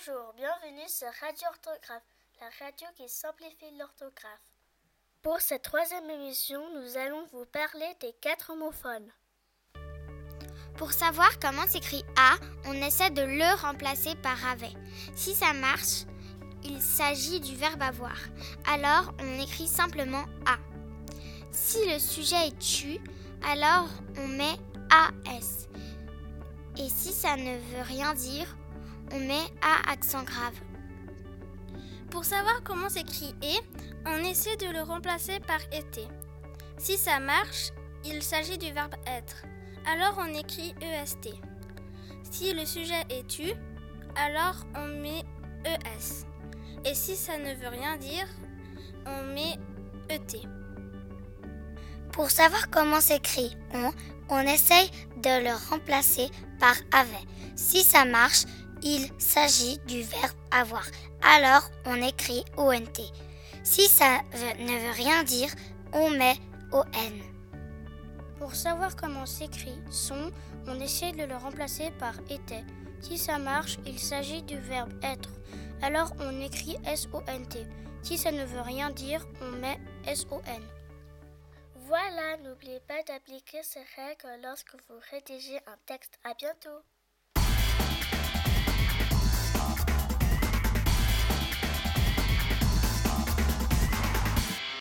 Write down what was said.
Bonjour, bienvenue sur Radio Orthographe, la radio qui simplifie l'orthographe. Pour cette troisième émission, nous allons vous parler des 4 homophones. Pour savoir comment s'écrit A, on essaie de le remplacer par avait. Si ça marche, il s'agit du verbe avoir. Alors, on écrit simplement A. Si le sujet est tu, alors on met AS. Et si ça ne veut rien dire, on met A accent grave. Pour savoir comment s'écrit et, on essaie de le remplacer par été. Si ça marche, il s'agit du verbe être. Alors on écrit EST. Si le sujet est tu, alors on met ES. Et si ça ne veut rien dire, on met ET. Pour savoir comment s'écrit on essaye de le remplacer par avait. Si ça marche, il s'agit du verbe avoir. Alors on écrit ONT. Si ça ne veut rien dire, on met ON. Pour savoir comment s'écrit son, on essaie de le remplacer par était. Si ça marche, il s'agit du verbe être. Alors on écrit SONT. Si ça ne veut rien dire, on met SON. Voilà, n'oubliez pas d'appliquer ces règles lorsque vous rédigez un texte. À bientôt!